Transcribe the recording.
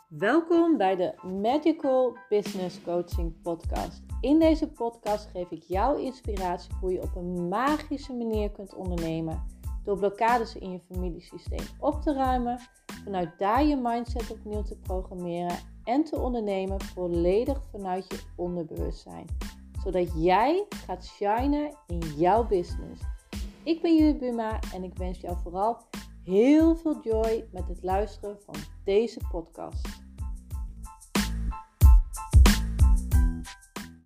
Welkom bij de Magical Business Coaching Podcast. In deze podcast geef ik jou inspiratie hoe je op een magische manier kunt ondernemen. Door blokkades in je familiesysteem op te ruimen, vanuit daar je mindset opnieuw te programmeren en te ondernemen volledig vanuit je onderbewustzijn. Zodat jij gaat shinen in jouw business. Ik ben Judith Buma en ik wens jou vooral heel veel joy met het luisteren van deze podcast.